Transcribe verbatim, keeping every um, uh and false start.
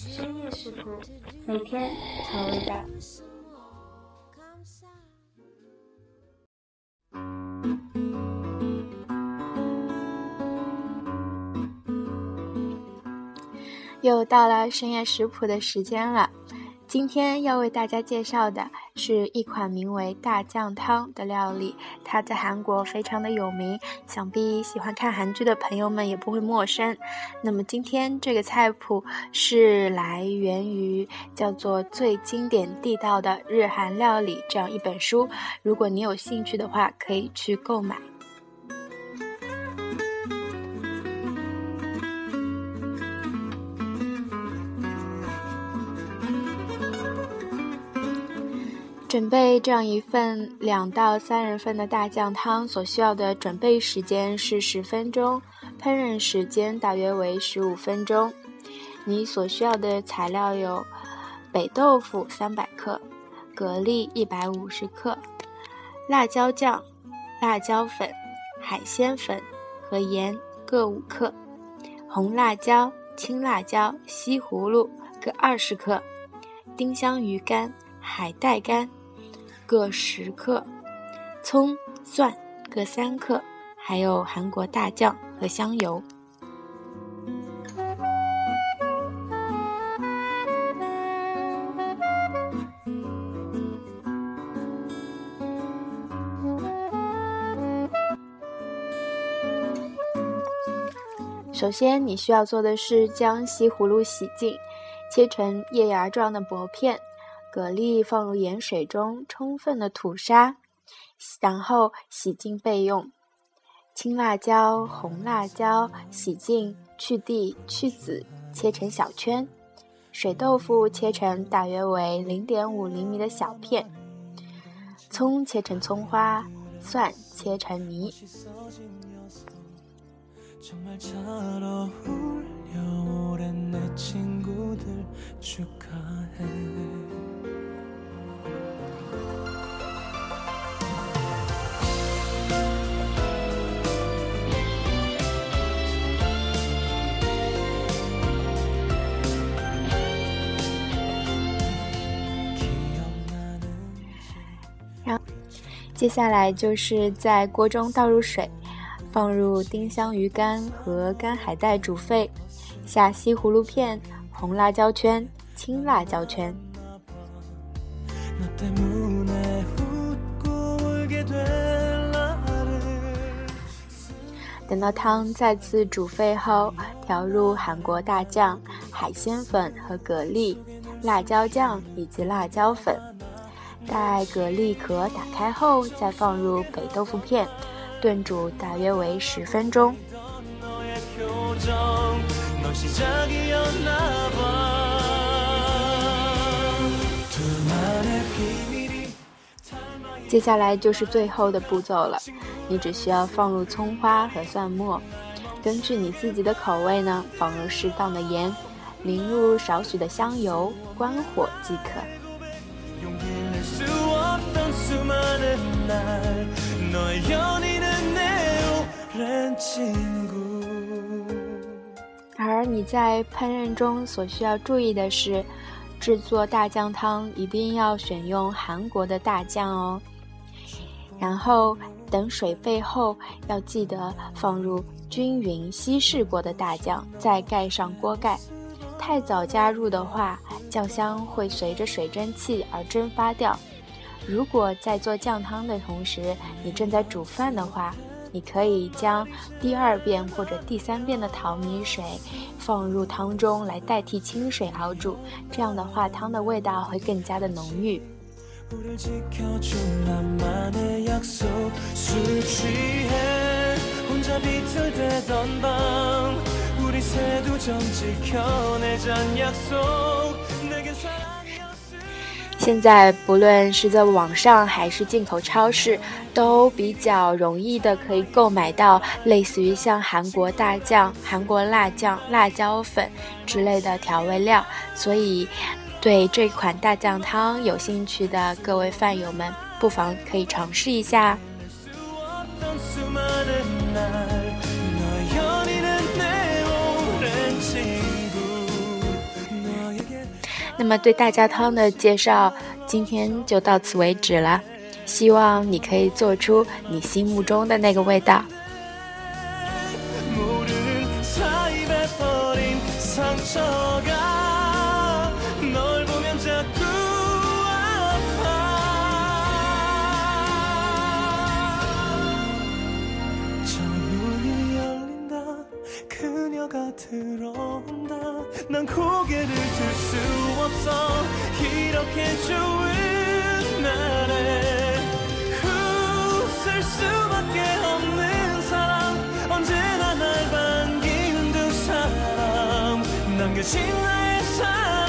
深夜食谱，每天调味道。又到了深夜食谱的时间了，今天要为大家介绍的是一款名为大酱汤的料理，它在韩国非常的有名，想必喜欢看韩剧的朋友们也不会陌生。那么今天这个菜谱是来源于叫做《最经典地道的日韩料理》这样一本书，如果你有兴趣的话可以去购买。准备这样一份两到三人份的大酱汤所需要的准备时间是十分钟，烹饪时间大约为十五分钟。你所需要的材料有北豆腐三百克、蛤蜊一百五十克、辣椒酱、辣椒粉、海鲜粉和盐各五克、红辣椒、青辣椒、西葫芦各二十克、丁香鱼干、海带干各十克，葱蒜各三克，还有韩国大酱和香油。首先你需要做的是将西葫芦洗净，切成叶芽状的薄片，蛤蜊放入盐水中充分的吐沙，然后洗净备用。青辣椒、红辣椒洗净去蒂去籽，切成小圈。水豆腐切成大约为 零点五厘米的小片，葱切成葱花，蒜切成泥。接下来就是在锅中倒入水，放入丁香鱼干和干海带煮沸，下西葫芦片、红辣椒圈、青辣椒圈。等到汤再次煮沸后，调入韩国大酱、海鲜粉和蛤蜊、辣椒酱以及辣椒粉。待蛤蜊壳打开后，再放入北豆腐片，炖煮大约为十分钟。接下来就是最后的步骤了，你只需要放入葱花和蒜末，根据你自己的口味呢，放入适当的盐，淋入少许的香油，关火即可。而你在烹饪中所需要注意的是，制作大酱汤一定要选用韩国的大酱哦。然后等水沸后，要记得放入均匀稀释过的大酱，再盖上锅盖。太早加入的话，酱香会随着水蒸气而蒸发掉。如果在做酱汤的同时，你正在煮饭的话，你可以将第二遍或者第三遍的淘米水放入汤中来代替清水熬煮，这样的话汤的味道会更加的浓郁。现在不论是在网上还是进口超市，都比较容易的可以购买到类似于像韩国大酱、韩国辣酱、辣椒粉之类的调味料，所以对这款大酱汤有兴趣的各位饭友们，不妨可以尝试一下。 那么对大酱汤的介绍今天就到此为止了，希望你可以做出你心目中的那个味道。 난 고개를 들 수 없어 이렇게 좋은 날에 웃을 수밖에 없는 사람 언제나 날 반기는 두 사람 남겨진 나의 사랑